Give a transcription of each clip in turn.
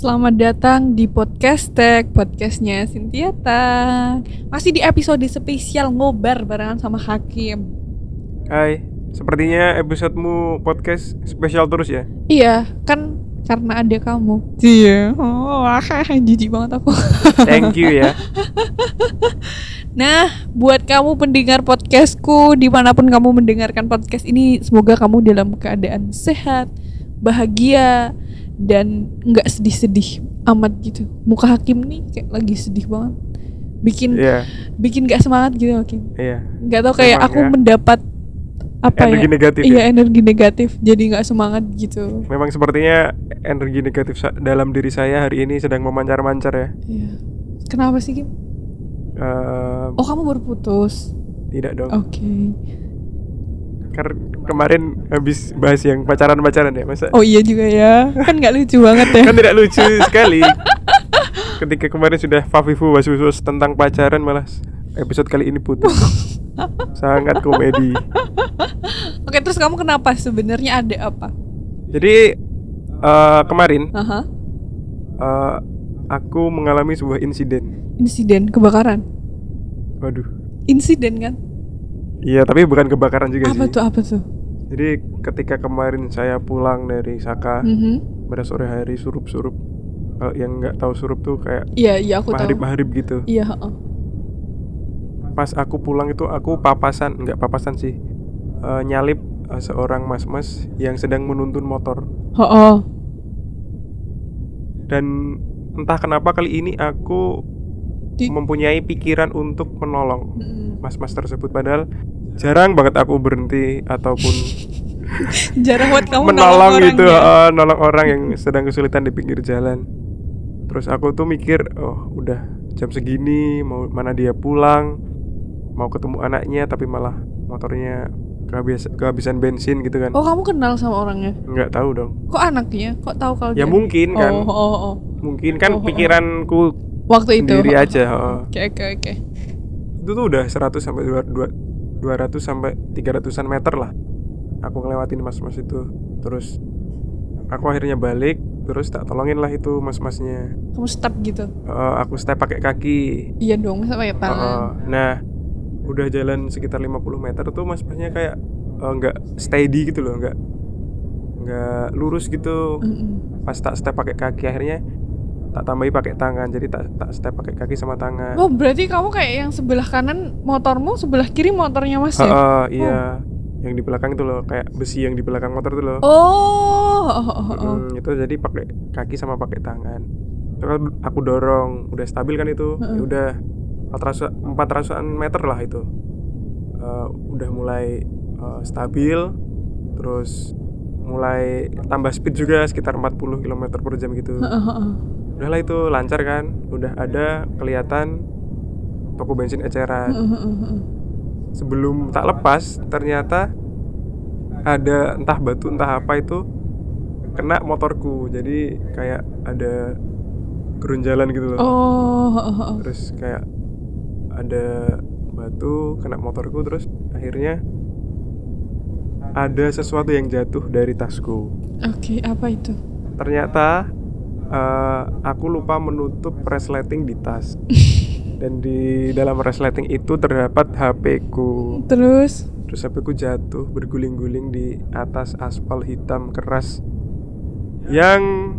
Selamat datang di Podcast Tech, podcastnya Cynthia Tang. Masih di episode spesial ngobar barengan sama Hakim. Hai, sepertinya episodemu podcast spesial terus ya? Iya, kan karena ada kamu. Iya, jijik banget aku. Thank you ya. Nah, buat kamu pendengar podcastku, dimanapun kamu mendengarkan podcast ini, semoga kamu dalam keadaan sehat, bahagia, dan nggak sedih-sedih amat gitu. Muka Hakim nih kayak lagi sedih banget, bikin nggak semangat gitu Hakim. Nggak tahu kayak Memang aku ya. mendapat apa Energi ya? negatif Iya, ya? energi negatif, jadi nggak semangat gitu. Memang sepertinya energi negatif dalam diri saya hari ini sedang memancar-mancar ya. Iya. Kenapa sih Kim? Oh, kamu baru putus. Tidak dong. Oke. Karena kemarin habis bahas yang pacaran-pacaran ya, masa? Oh iya juga ya. Kan nggak lucu banget ya. Kan tidak lucu sekali. Ketika kemarin sudah fafifu was-was tentang pacaran, malah episode kali ini putus. Sangat komedi. Oke, terus kamu kenapa? Sebenarnya ada apa? Jadi kemarin Aha. aku mengalami sebuah insiden. Insiden kebakaran. Waduh. Insiden kan? Iya, tapi bukan kebakaran juga Apa sih. tuh? Apa tuh? Jadi ketika kemarin saya pulang dari Saka pada sore hari surup-surup. Kalau yang nggak tahu surup tuh kayak Iya aku tahu. mahrib-mahrib gitu. Iya. Heeh. Pas aku pulang itu aku nggak papasan sih, nyalip seorang mas-mas yang sedang menuntun motor. Heeh. Dan entah kenapa kali ini aku mempunyai pikiran untuk menolong mas-mas tersebut, padahal jarang banget aku berhenti ataupun Jarang buat kamu menolong orang gitu, ya? nolong orang yang sedang kesulitan di pinggir jalan. Terus aku tuh mikir, oh udah jam segini, mau mana dia pulang, mau ketemu anaknya, tapi malah motornya kehabisan bensin gitu kan. Oh, kamu kenal sama orangnya? Nggak tah dong. Kok anaknya? Kok tahu kalau Ya dia? Mungkin kan. Oh. Mungkin kan pikiranku Waktu itu sendiri aja. Oke. Itu tuh udah 100 sampai 200 sampai 300-an meter lah aku ngelewatin mas-mas itu. Terus aku akhirnya balik, terus tak tolongin lah itu mas-masnya. Kamu step gitu? Aku step pakai kaki. Iya dong, masa pakai tangan? Nah, udah jalan sekitar 50 meter tuh mas-masnya kayak nggak steady gitu loh, nggak lurus gitu. Pas tak step pakai kaki, akhirnya tak tambahi pakai tangan, jadi tak step pakai kaki sama tangan. Oh, berarti kamu kayak yang sebelah kanan motormu, sebelah kiri motornya Mas ya? Iya, yang di belakang itu loh, kayak besi yang di belakang motor itu loh. Itu jadi pakai kaki sama pakai tangan. Terus aku dorong, udah stabil kan itu. Ya udah 400-an meter lah itu. Udah mulai stabil, terus mulai tambah speed juga sekitar 40 km per jam gitu. Udahlah itu lancar kan, udah ada kelihatan toko bensin eceran. Sebelum tak lepas, ternyata ada entah batu entah apa itu kena motorku, jadi kayak ada gerunjalan gitu loh. Terus kayak ada batu kena motorku, terus akhirnya ada sesuatu yang jatuh dari tasku. Oke, apa itu? Ternyata aku lupa menutup resleting di tas. Dan di dalam resleting itu terdapat HP-ku. Terus HP-ku jatuh berguling-guling di atas aspal hitam keras yang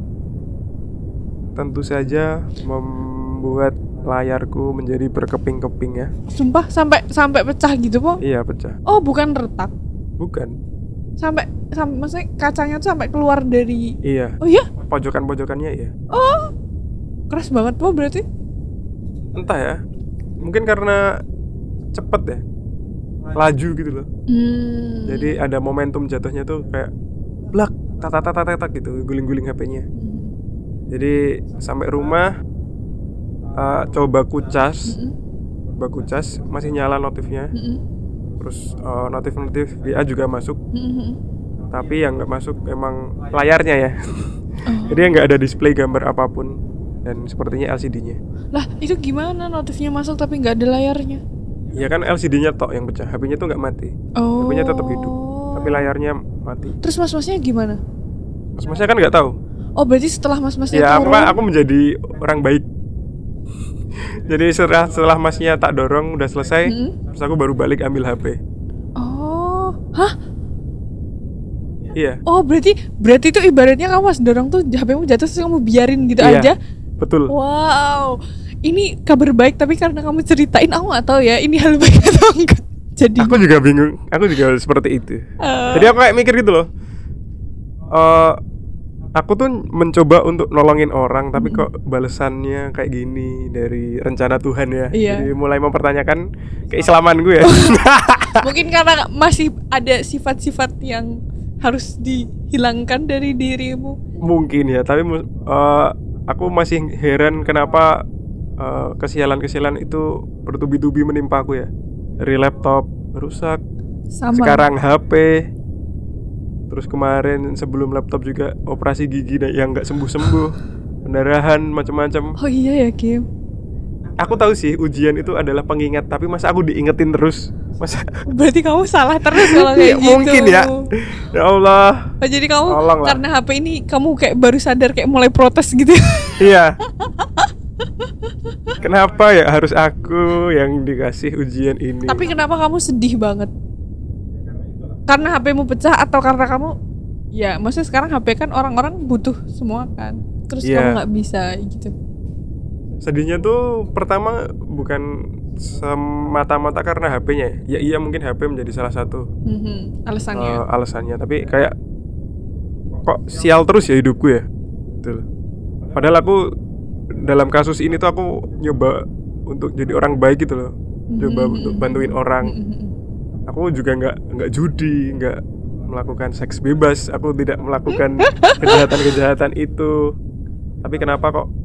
tentu saja membuat layarku menjadi berkeping-keping ya. Sumpah sampai pecah gitu, Po? Iya, pecah. Oh, bukan retak. Bukan. Sampai maksudnya kacanya tuh sampai keluar dari. Iya. Oh iya? Pojokan-pojokannya iya. Oh. Keras banget, Po, berarti. Entah ya. Mungkin karena cepet ya. Laju gitu loh. Jadi ada momentum jatuhnya tuh kayak blak, tak gitu, guling-guling HP-nya. Jadi sampai rumah coba kucas. Masih nyala notifnya. Terus notif WA juga masuk. Tapi yang nggak masuk emang layarnya ya. Jadi nggak ada display gambar apapun. Dan sepertinya LCD-nya. Lah, itu gimana notifnya masuk tapi nggak ada layarnya? Ya kan LCD-nya tok yang pecah, HP-nya tuh nggak mati. HP-nya tetap hidup, tapi layarnya mati. Terus mas-masnya gimana? Mas-masnya kan nggak tahu. Oh berarti setelah mas-masnya Ya turun. aku menjadi orang baik. Jadi setelah masnya tak dorong udah selesai, terus aku baru balik ambil HP. Oh, hah? Iya. Oh berarti itu ibaratnya kamu pas dorong tuh HP-mu jatuh terus kamu biarin gitu Iya, aja. betul. Wow, ini kabar baik tapi karena kamu ceritain aku nggak tahu ya ini hal baik atau enggak. Jadi Aku juga bingung. Aku juga seperti itu. Jadi aku kayak mikir gitu loh. Aku tuh mencoba untuk nolongin orang, tapi kok balasannya kayak gini dari rencana Tuhan ya. Iya. Jadi mulai mempertanyakan keislaman gue ya. mungkin karena masih ada sifat-sifat yang harus dihilangkan dari dirimu. Mungkin ya, tapi aku masih heran kenapa kesialan-kesialan itu bertubi-tubi menimpa aku ya. Dari laptop rusak, Sama. sekarang HP, terus kemarin sebelum laptop juga operasi gigi yang nggak sembuh-sembuh, pendarahan macam-macam. Oh iya ya Kim. Aku tahu sih ujian itu adalah pengingat, tapi masa aku diingetin terus? Masa Berarti kamu salah terus kalau kayak gitu. mungkin ya. Ya Allah. Oh, jadi kamu Tolonglah. karena HP ini kamu kayak baru sadar kayak mulai protes gitu. Iya. Kenapa ya harus aku yang dikasih ujian ini? Tapi kenapa kamu sedih banget? Karena HP-mu pecah atau karena kamu ya maksudnya sekarang HP kan orang-orang butuh semua kan. Terus Iya. kamu nggak bisa gitu. Sedihnya tuh pertama bukan semata-mata karena HP-nya. Ya iya mungkin HP menjadi salah satu Alasannya. alasannya, tapi kayak kok sial terus ya hidupku ya. Gitu loh. Padahal aku dalam kasus ini tuh aku nyoba untuk jadi orang baik gitu loh. Coba untuk bantuin orang. Aku juga nggak judi, nggak melakukan seks bebas. Aku tidak melakukan kejahatan-kejahatan itu. Tapi kenapa kok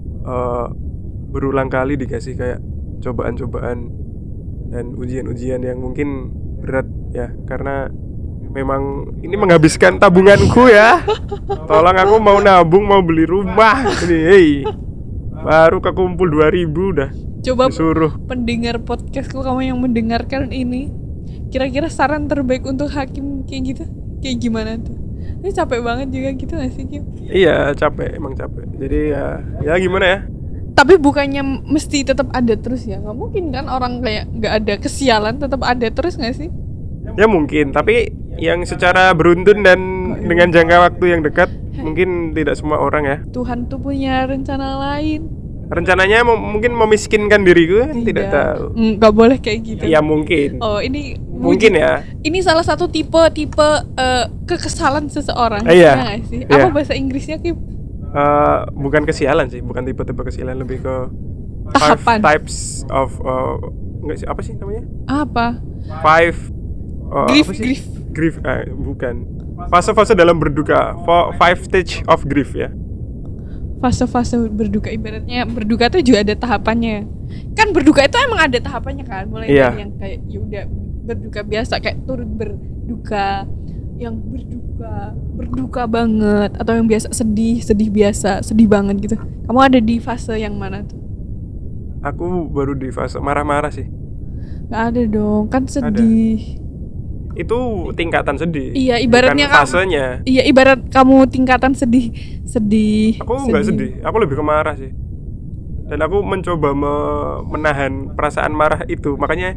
berulang kali dikasih kayak cobaan-cobaan dan ujian-ujian yang mungkin berat ya, karena memang ini menghabiskan tabunganku ya. Tolong, aku mau nabung, mau beli rumah ini. Hey, baru kekumpul 2.000 udah Coba disuruh. pendengar podcastku, kamu yang mendengarkan ini, kira-kira saran terbaik untuk Hakim kayak gitu kayak gimana tuh? Ini capek banget juga gitu gak sih Kim? Iya, capek, emang capek. Jadi ya gimana ya? Tapi bukannya mesti tetap ada terus ya? Nggak mungkin kan orang kayak nggak ada kesialan tetap ada terus nggak sih? Ya mungkin, tapi yang secara beruntun dan dengan jangka waktu yang dekat mungkin tidak semua orang ya. Tuhan tuh punya rencana lain. Rencananya mungkin memiskinkan diriku kan, tidak tahu. Nggak boleh kayak gitu. Ya mungkin. Oh ini Mungkin ya. Ini salah satu tipe kekesalan seseorang. Iya. Ya nggak sih? Iya. Apa bahasa Inggrisnya Kim? Bukan kesialan sih, bukan tipe-tipe kesialan, lebih ke Tahapan. 5 types of enggak sih, apa sih namanya? Apa? 5 Grief, apa sih? grief. Grief, bukan. Fase-fase dalam berduka. 5 stage of grief ya. Fase-fase berduka, ibaratnya berduka tuh juga ada tahapannya. Kan berduka itu emang ada tahapannya kan, mulai Iya. dari yang kayak ya udah berduka biasa kayak turut berduka, yang berduka banget, atau yang biasa sedih biasa, sedih banget gitu. Kamu ada di fase yang mana tuh? Aku baru di fase marah-marah sih. Gak ada dong, kan sedih. Itu tingkatan sedih. Iya, ibaratnya bukan fasenya. Iya, ibarat kamu tingkatan sedih. Aku nggak sedih, aku lebih ke marah sih. Dan aku mencoba menahan perasaan marah itu. Makanya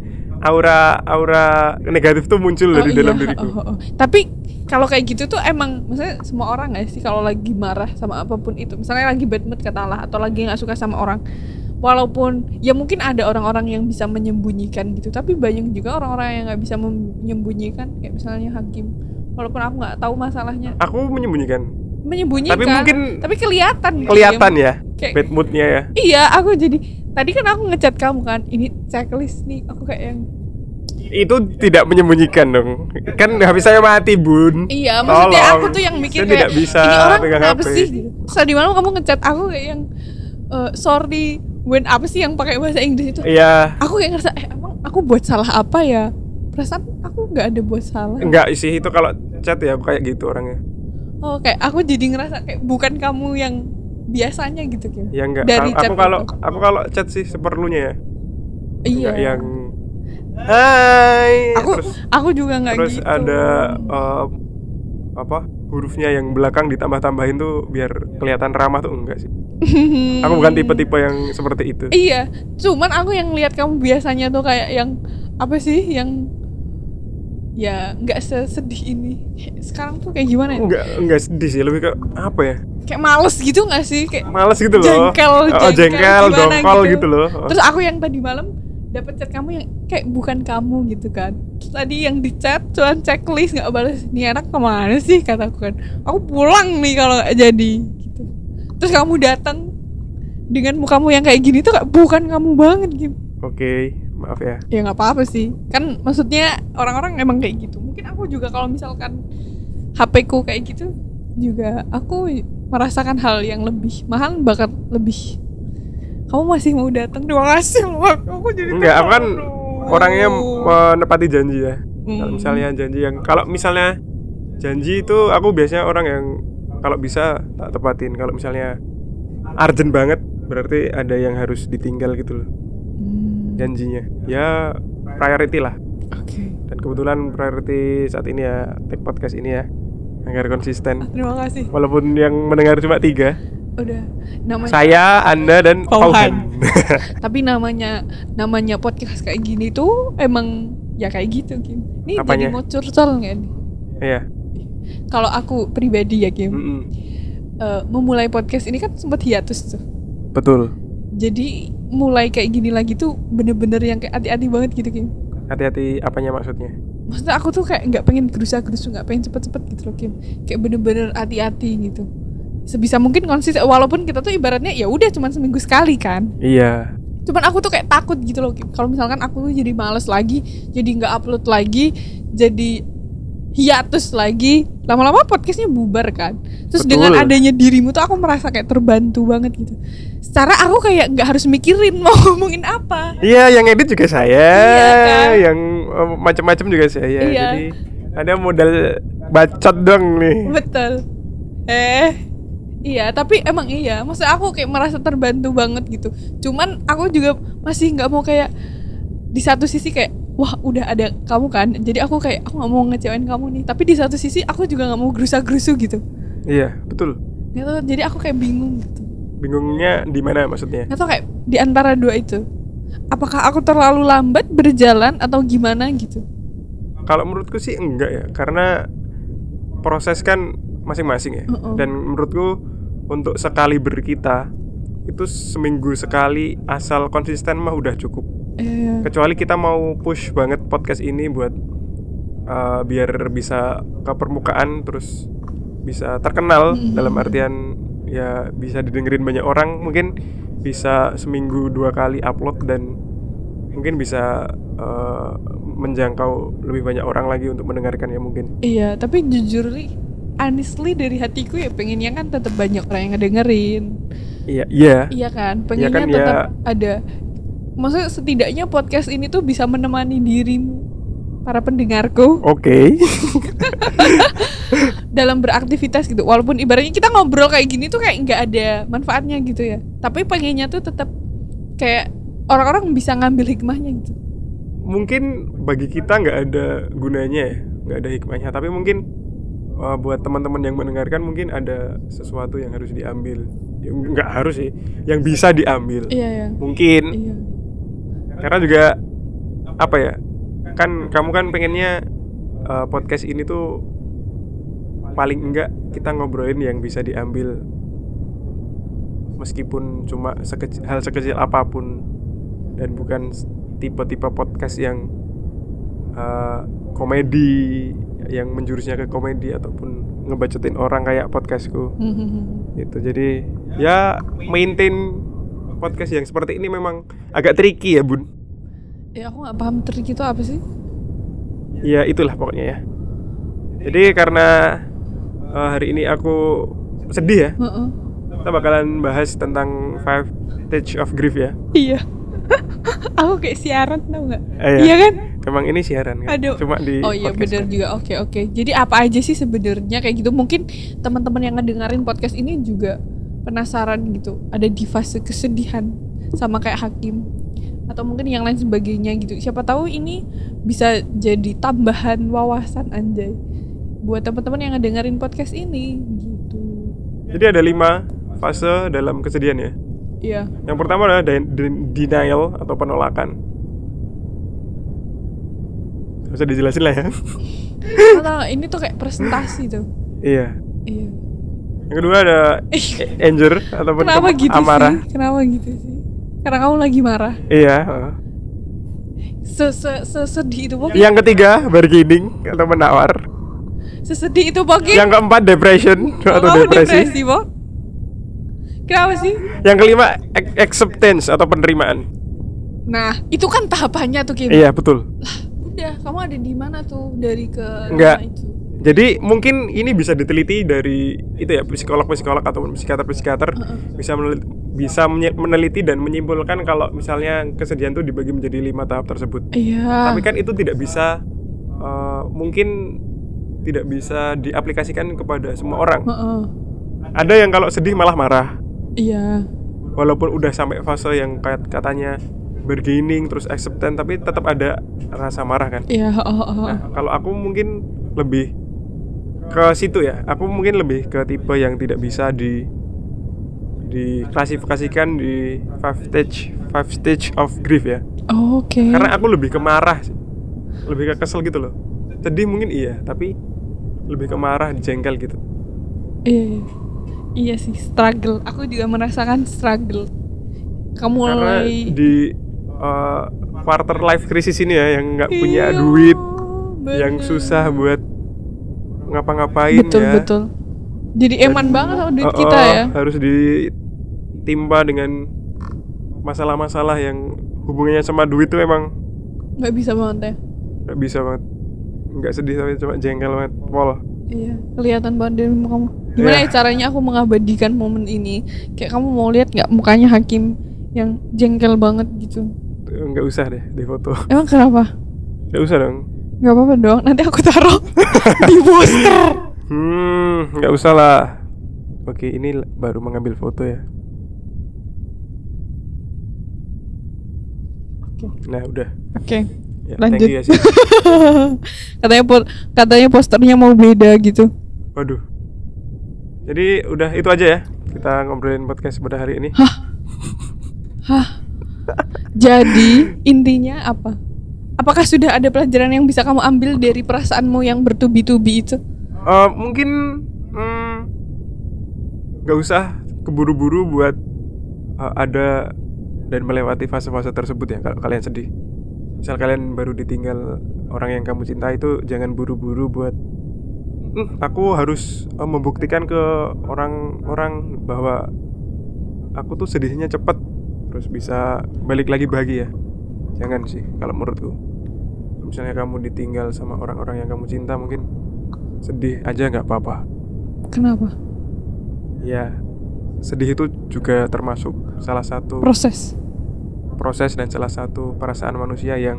aura negatif tuh muncul dari dalam diriku. Tapi kalau kayak gitu tuh emang maksudnya semua orang nggak sih kalau lagi marah sama apapun itu, misalnya lagi bad mood katalah, atau lagi nggak suka sama orang, walaupun ya mungkin ada orang-orang yang bisa menyembunyikan gitu, tapi banyak juga orang-orang yang nggak bisa menyembunyikan, kayak misalnya Hakim, walaupun aku nggak tahu masalahnya. Aku menyembunyikan. Tapi mungkin kelihatan ya kayak, bad moodnya ya. Iya, aku jadi tadi kan aku ngechat kamu kan, ini checklist nih, aku kayak yang itu tidak menyembunyikan dong. Kan HP saya mati, Bun. iya, maksudnya Tolong. aku tuh yang mikir Saya kayak tidak bisa ini orang pegang kenapa HP. sih? Tadi malam kamu ngechat aku kayak yang sorry, when apa sih yang pakai bahasa Inggris itu? Iya. Aku kayak ngerasa emang aku buat salah apa ya? Perasaan aku nggak ada buat salah. Enggak sih, itu kalau chat ya aku kayak gitu orangnya. Oh, kayak aku jadi ngerasa kayak bukan kamu yang biasanya gitu Kim. Ya enggak. Dari chat Aku kalau chat sih seperlunya ya. iya. Enggak yang hai. Aku juga nggak terus gitu. ada apa? hurufnya yang belakang ditambah-tambahin tuh biar kelihatan ramah tuh enggak sih. Aku bukan tipe-tipe yang seperti itu. Iya, cuman aku yang lihat kamu biasanya tuh kayak yang apa sih, yang ya nggak sesedih ini. Sekarang tuh kayak gimana ya? Enggak sedih sih, lebih ke apa ya? Kayak males gitu nggak sih? Kayak Males gitu loh. jengkel, gimana dongkol gitu loh. Terus aku yang tadi malam dapet chat kamu yang kayak bukan kamu gitu kan. Terus tadi yang di chat cuman checklist nggak balas. Nih anak kemana sih, kataku kan. Aku pulang nih kalau nggak jadi gitu. Terus kamu datang dengan mukamu yang kayak gini tuh kayak bukan kamu banget gitu. Oke, maaf ya. Ya nggak apa-apa sih. Kan maksudnya orang-orang emang kayak gitu. Mungkin aku juga kalau misalkan HP ku kayak gitu juga aku merasakan hal yang lebih mahal, bakal lebih. Kamu masih mau datang? Terima kasih loh. Aku jadi Enggak, aku kan orangnya menepati janji ya. Kalau misalnya janji yang janji itu aku biasanya orang yang kalau bisa tak tepatin. Kalau misalnya urgent banget berarti ada yang harus ditinggal gitu loh. Janjinya. Ya priority lah. Oke. Dan kebetulan priority saat ini ya take podcast ini ya agar konsisten. Terima kasih. Walaupun yang mendengar cuma 3. Udah. Namanya Saya, Anda dan Pauhan. Tapi namanya podcast kayak gini tuh emang ya kayak gitu Kim. Ini Apanya? jadi mau curcol nggak nih? Iya. Kalau aku pribadi ya Kim, memulai podcast ini kan sempat hiatus tuh. Betul. Jadi mulai kayak gini lagi tuh bener-bener yang kayak hati-hati banget gitu Kim. Hati-hati apanya maksudnya? Maksudnya aku tuh kayak nggak pengen gerusa-gerusu, nggak pengen cepet-cepet gitu loh Kim. Kayak bener-bener hati-hati gitu. Sebisa mungkin konsisten, walaupun kita tuh ibaratnya ya udah cuma seminggu sekali kan. Iya. Cuman aku tuh kayak takut gitu loh Kim. Kalau misalkan aku tuh jadi males lagi, jadi nggak upload lagi, jadi hiatus lagi, lama-lama podcastnya bubar kan. Terus Betul. dengan adanya dirimu tuh aku merasa kayak terbantu banget gitu. Secara aku kayak nggak harus mikirin mau ngomongin apa. Iya, yang edit juga saya. Iya, kan? Yang macam-macam juga saya. Iya. Jadi ada modal bacot dong nih. Betul. Iya, tapi emang iya. Maksudnya aku kayak merasa terbantu banget gitu. Cuman aku juga masih nggak mau kayak di satu sisi kayak wah udah ada kamu kan. Jadi aku kayak aku nggak mau ngecewain kamu nih. Tapi di satu sisi aku juga nggak mau gerusa-gerusu gitu. Iya, betul. Gitu. Jadi aku kayak bingung gitu. Bingungnya di mana maksudnya? Atau kayak di antara dua itu. Apakah aku terlalu lambat berjalan atau gimana gitu? Kalau menurutku sih enggak ya, karena proses kan masing-masing ya. Dan menurutku untuk sekali kita itu seminggu sekali asal konsisten mah udah cukup. Kecuali kita mau push banget podcast ini buat biar bisa ke permukaan terus bisa terkenal dalam artian ya bisa didengerin banyak orang, mungkin bisa seminggu 2 kali upload dan mungkin bisa menjangkau lebih banyak orang lagi untuk mendengarkan ya mungkin. Iya, tapi jujur nih, honestly dari hatiku ya pengennya kan tetap banyak orang yang ngedengerin. Iya. Iya kan, pengennya kan, tetap ya. ada. Maksudnya setidaknya podcast ini tuh bisa menemani dirimu, para pendengarku, Oke. dalam beraktivitas gitu. Walaupun ibaratnya kita ngobrol kayak gini tuh kayak nggak ada manfaatnya gitu ya. Tapi pengennya tuh tetap kayak orang-orang bisa ngambil hikmahnya gitu. Mungkin bagi kita nggak ada gunanya ya, nggak ada hikmahnya. Tapi mungkin buat teman-teman yang mendengarkan mungkin ada sesuatu yang harus diambil. Ya, nggak harus sih, yang bisa diambil. Iya. Mungkin. Iya. Karena juga apa ya? Kan kamu kan pengennya podcast ini tuh paling enggak kita ngobrolin yang bisa diambil, meskipun cuma hal sekecil apapun, dan bukan tipe-tipe podcast yang komedi, yang menjurusnya ke komedi ataupun ngebacotin orang kayak podcastku. Gitu. Jadi ya maintain podcast yang seperti ini memang agak tricky ya Bun. Ya aku nggak paham trik itu apa sih? Ya itulah pokoknya ya. Jadi karena hari ini aku sedih ya, kita bakalan bahas tentang 5 Stage of Grief ya. Iya. Aku kayak siaran tau nggak? Iya. Iya kan? Emang ini siaran kan? Aduh. Cuma di Oh iya podcast benar kan. juga. Oke. Jadi apa aja sih sebenarnya kayak gitu? Mungkin teman-teman yang ngedengerin podcast ini juga penasaran gitu. Ada di fase kesedihan sama kayak Hakim atau mungkin yang lain sebagainya gitu. Siapa tahu ini bisa jadi tambahan wawasan anjay buat teman-teman yang ngedengerin podcast ini gitu. Jadi ada 5 fase dalam kesedihan ya. Iya. Yang pertama adalah denial atau penolakan. Bisa dijelasin lah ya. Atau ini tuh kayak presentasi tuh. Iya. Iya. Yang kedua ada anger ataupun Kenapa gitu amarah. sih? Kenapa gitu sih? Karena kamu lagi marah. Iya. Sesedih itu pokoknya. Yang ketiga bargaining atau menawar. Sesedih itu pokoknya. Yang keempat depression atau kamu depresi. Pok. Kenapa sih? Yang kelima acceptance atau penerimaan. Nah, itu kan tahapannya tuh Kim. Iya betul. Lah, udah, kamu ada di mana tuh dari ke Enggak. itu? Jadi mungkin ini bisa diteliti dari itu ya, psikolog ataupun psikiater bisa meneliti dan menyimpulkan kalau misalnya kesedihan itu dibagi menjadi 5 tahap tersebut. Iya. Tapi kan itu tidak bisa mungkin tidak bisa diaplikasikan kepada semua orang. Ada yang kalau sedih malah marah. Iya. Walaupun udah sampai fase yang katanya bargaining terus acceptance, tapi tetap ada rasa marah kan. Iya. Nah, kalau aku mungkin lebih ke situ ya. Aku mungkin lebih ke tipe yang tidak bisa diklasifikasikan di five stage of grief ya. Oke. Karena aku lebih ke marah sih. Lebih ke kesel gitu loh. Sedih mungkin iya, tapi lebih ke marah, jengkel gitu. Iya. Iya sih, struggle. Aku juga merasakan struggle. Kamu Karena mulai di quarter life crisis ini ya, yang nggak punya Iya, duit, bener. yang susah buat ngapa-ngapain ya. Betul. Jadi eman banget sama duit kita ya. Harus ditimpa dengan masalah-masalah yang hubungannya sama duit tuh emang Nggak bisa banget ya. nggak bisa banget. Nggak sedih tapi cuma jengkel banget. Pol. Iya, kelihatan banget dari muka kamu. Gimana ya caranya aku mengabadikan momen ini? Kayak kamu mau lihat nggak mukanya Hakim yang jengkel banget gitu? Nggak usah deh di foto. Emang kenapa? Nggak usah dong. Nggak apa-apa dong. Nanti aku taruh di poster. Nggak usah lah. Oke, ini baru mengambil foto ya. Oke. Nah, udah. Oke. Ya, Lanjut. thank you ya sih. katanya posternya mau beda gitu. Waduh. Jadi udah itu aja ya. Kita ngobrolin podcast pada hari ini. Hah. Jadi intinya apa? Apakah sudah ada pelajaran yang bisa kamu ambil dari perasaanmu yang bertubi-tubi itu? Mungkin nggak usah keburu-buru buat ada dan melewati fase-fase tersebut ya. Kalau kalian sedih, misal kalian baru ditinggal orang yang kamu cinta, itu jangan buru-buru buat aku harus membuktikan ke orang-orang bahwa aku tuh sedihnya cepet terus bisa balik lagi bahagia. Jangan sih kalau menurutku. Misalnya kamu ditinggal sama orang-orang yang kamu cinta, mungkin sedih aja nggak apa-apa. Kenapa? Ya, sedih itu juga termasuk salah satu proses dan salah satu perasaan manusia yang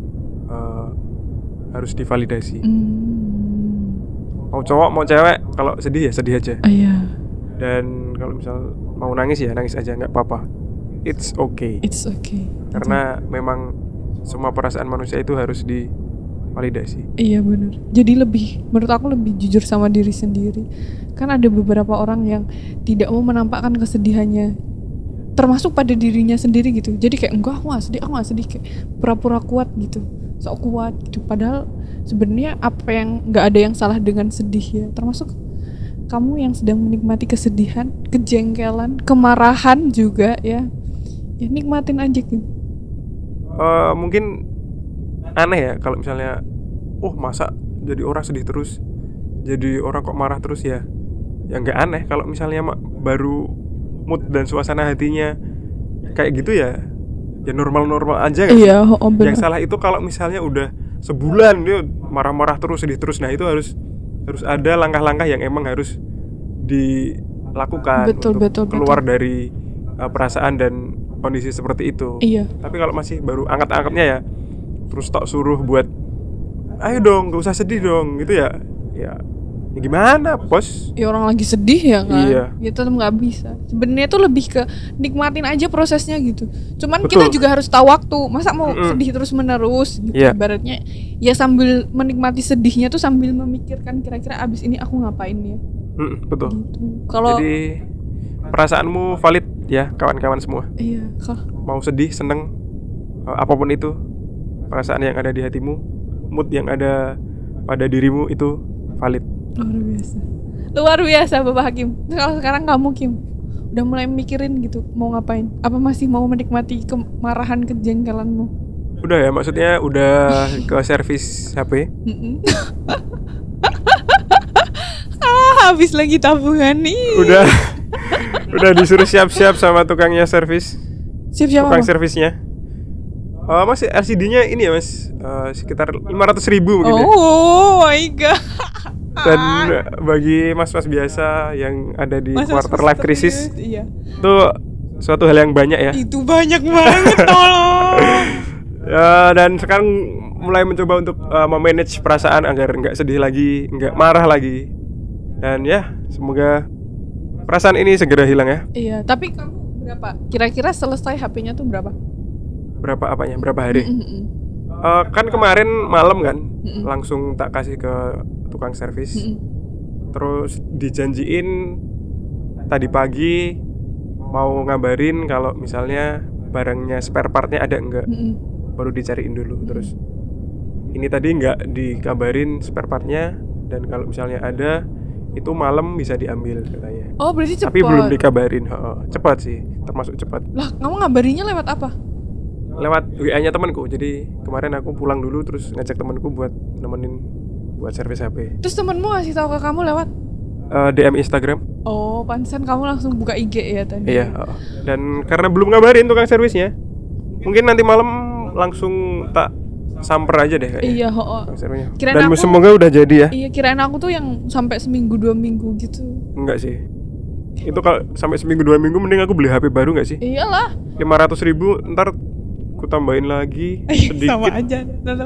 harus divalidasi. Mau cowok mau cewek, kalau sedih ya sedih aja. Iya. Dan kalau misal mau nangis ya nangis aja, nggak apa-apa. It's okay. Karena memang semua perasaan manusia itu harus divalidasi. Iya benar. Jadi menurut aku lebih jujur sama diri sendiri. Kan ada beberapa orang yang tidak mau menampakkan kesedihannya, termasuk pada dirinya sendiri gitu. Jadi kayak enggak, aku gak sedih, kayak pura-pura kuat gitu, sok kuat gitu. Padahal sebenarnya apa yang nggak ada yang salah dengan sedih ya. Termasuk kamu yang sedang menikmati kesedihan, kejengkelan, kemarahan juga ya. Ya nikmatin aja gitu. Mungkin aneh ya kalau misalnya masa jadi orang sedih terus, jadi orang kok marah terus ya. Ya nggak aneh kalau misalnya baru mood dan suasana hatinya kayak gitu ya normal-normal aja kan. Iya, Yang salah itu kalau misalnya udah sebulan dia marah-marah terus, sedih terus. Nah itu harus ada langkah-langkah yang emang harus dilakukan untuk keluar dari perasaan dan kondisi seperti itu. Iya. Tapi kalau masih baru angkat-angkatnya ya, terus tak suruh buat ayo dong, gak usah sedih dong gitu ya. Ya Ya gimana bos? Ya orang lagi sedih ya kan. Iya. Ya tetap nggak bisa. Sebenarnya tuh lebih ke nikmatin aja prosesnya gitu. Cuman Betul. kita juga harus tahu waktu. Masa mau sedih terus menerus gitu. Iya. Ibaratnya ya sambil menikmati sedihnya tuh sambil memikirkan kira-kira abis ini aku ngapain ya. Betul. Gitu. Kalau Jadi perasaanmu valid ya kawan-kawan semua. iya, Mau sedih, seneng, apapun itu, perasaan yang ada di hatimu, mood yang ada pada dirimu itu valid. luar biasa Bapak Hakim. Kalau sekarang kamu Kim udah mulai mikirin gitu mau ngapain? Apa masih mau menikmati kemarahan kejengkelanmu? Udah ya, maksudnya udah ke servis HP. Habis lagi tabungan nih. Udah disuruh siap-siap sama tukangnya servis. Siap-siap Tukang apa? servisnya. Mas LCD-nya ini ya mas, sekitar 500.000 mungkin ya. Oh my god. Dan bagi mas-mas biasa yang ada di quarter life crisis, iya. itu suatu hal yang banyak ya. Itu banyak banget tolong. Dan sekarang mulai mencoba untuk memanage perasaan agar nggak sedih lagi, nggak marah lagi. Dan ya semoga perasaan ini segera hilang ya. Iya, tapi kamu berapa? Kira-kira selesai HP-nya tuh berapa? Berapa apanya? Berapa hari? Kan kemarin malam kan, langsung tak kasih ke tukang servis. Terus dijanjiin tadi pagi mau ngabarin kalau misalnya barangnya spare partnya ada enggak. Baru dicariin dulu. Terus ini tadi enggak dikabarin spare partnya, dan kalau misalnya ada itu malam bisa diambil katanya. Oh, berarti cepat. Tapi belum dikabarin. Cepat sih, termasuk cepat. Lah, kamu ngabarinnya lewat apa? Lewat WA-nya temanku. Jadi kemarin aku pulang dulu terus ngajak temanku buat nemenin buat servis HP. Terus temenmu ngasih tahu ke kamu lewat? DM Instagram. Oh, pantesan kamu langsung buka IG ya tadi. Iya. Dan karena belum ngabarin tukang servisnya, mungkin nanti malam langsung tak samper aja deh kayaknya. Iya, Dan semoga udah jadi ya. Iya, kirain aku tuh yang sampai seminggu 2 minggu gitu. Enggak sih. Itu kalau sampai seminggu 2 minggu mending aku beli HP baru nggak sih? Iyalah. 500.000 ntar ku tambahin lagi sedikit. Sama aja.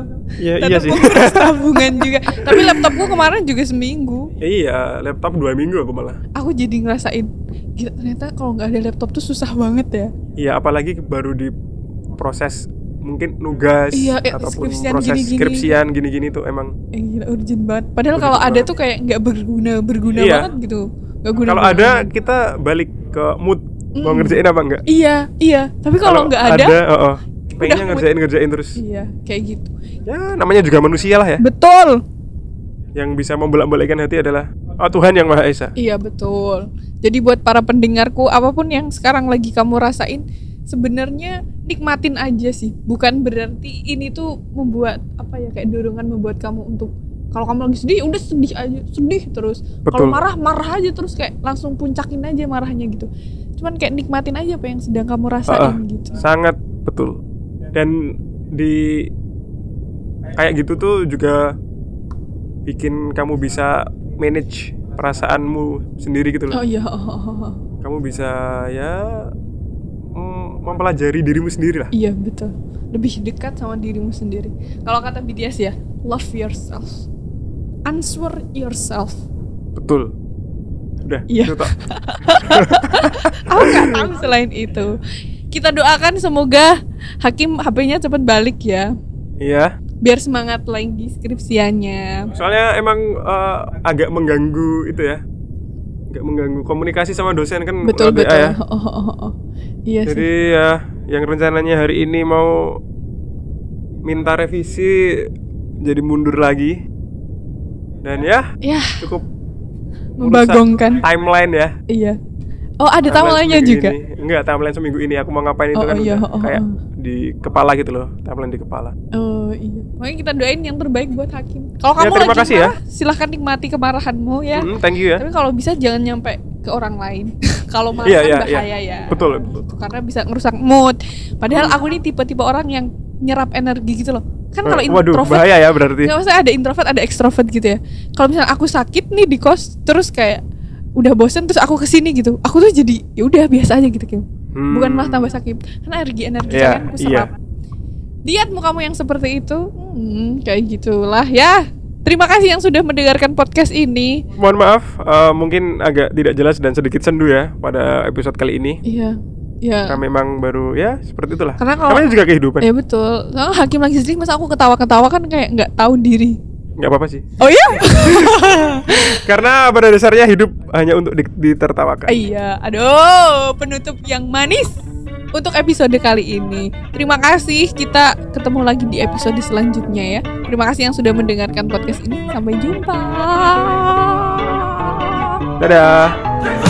Iya sih. Tabungan juga. Tapi laptopku kemarin juga seminggu. Iya, laptop 2 minggu aku malah. Aku jadi ngerasain, gila ternyata kalau nggak ada laptop tuh susah banget ya. Iya, apalagi baru di proses mungkin nugas ataupun proses skripsian gini-gini tuh emang. Gila urgent banget. Padahal kalau ada tuh kayak nggak berguna banget gitu. Kalau ada kita balik ke mood mau ngerjain apa enggak? Iya. Tapi kalau nggak ada, pengennya ngerjain terus. Iya, kayak gitu. Ya, namanya juga manusia lah ya. Betul. Yang bisa membolak-balikkan hati adalah Tuhan yang Maha Esa. Iya, betul. Jadi buat para pendengarku, apapun yang sekarang lagi kamu rasain, sebenarnya nikmatin aja sih. Bukan berarti ini tuh membuat kayak dorongan membuat kamu untuk kalau kamu lagi sedih, udah sedih terus. Kalau marah aja terus, kayak langsung puncakin aja marahnya gitu. Cuman kayak nikmatin aja apa yang sedang kamu rasain gitu. Sangat betul. Dan di kayak gitu tuh juga bikin kamu bisa manage perasaanmu sendiri gitu loh. Oh iya. Kamu bisa ya mempelajari dirimu sendiri lah. Iya, betul. Lebih dekat sama dirimu sendiri. Kalau kata BTS ya, love yourself. Answer yourself. Betul. Udah, iya. Itu tak. Aku gak tahu selain itu. Kita doakan semoga Hakim HP-nya cepat balik ya. Iya. Biar semangat lagi skripsiannya. Soalnya emang agak mengganggu itu ya. Agak mengganggu komunikasi sama dosen kan. Betul. Ya. Iya. Jadi sih. Ya, yang rencananya hari ini mau minta revisi jadi mundur lagi. Dan ya. Cukup membagongkan timeline ya. Iya. Oh, ada timeline-nya juga? Enggak, timeline seminggu ini aku mau ngapain itu kan kayak di kepala gitu loh, timeline di kepala. Oh iya. Makanya kita doain yang terbaik buat Hakim. Kalau kamu terima lagi kasih marah, silahkan nikmati kemarahanmu ya. Thank you ya. Tapi kalau bisa jangan nyampe ke orang lain. Kalau marah kan bahaya ya. Betul. Karena bisa ngerusak mood. Padahal aku ini tipe-tipe orang yang nyerap energi gitu loh. Kan kalau introvert bahaya ya berarti. Nggak usah ada introvert, ada extrovert gitu ya. Kalau misalnya aku sakit nih di kos, terus kayak udah bosen terus aku kesini gitu, aku tuh jadi ya udah biasa aja gitu Kim. Bukan malah tambah sakit, karena energi kan aku serap. Lihat mukamu yang seperti itu, kayak gitulah ya. Terima kasih yang sudah mendengarkan podcast ini. Mohon maaf, mungkin agak tidak jelas dan sedikit sendu ya pada episode kali ini. Iya. Ya. Karena memang baru ya seperti itulah. Karena kalau namanya juga kehidupan. Ya betul. Soalnya Hakim lagi sedih, masa aku ketawa-ketawa kan kayak nggak tahu diri. Nggak apa-apa sih. Oh iya? Karena pada dasarnya hidup hanya untuk ditertawakan. Iya. Aduh, penutup yang manis untuk episode kali ini. Terima kasih. Kita ketemu lagi di episode selanjutnya ya. Terima kasih yang sudah mendengarkan podcast ini. Sampai jumpa. Dadah.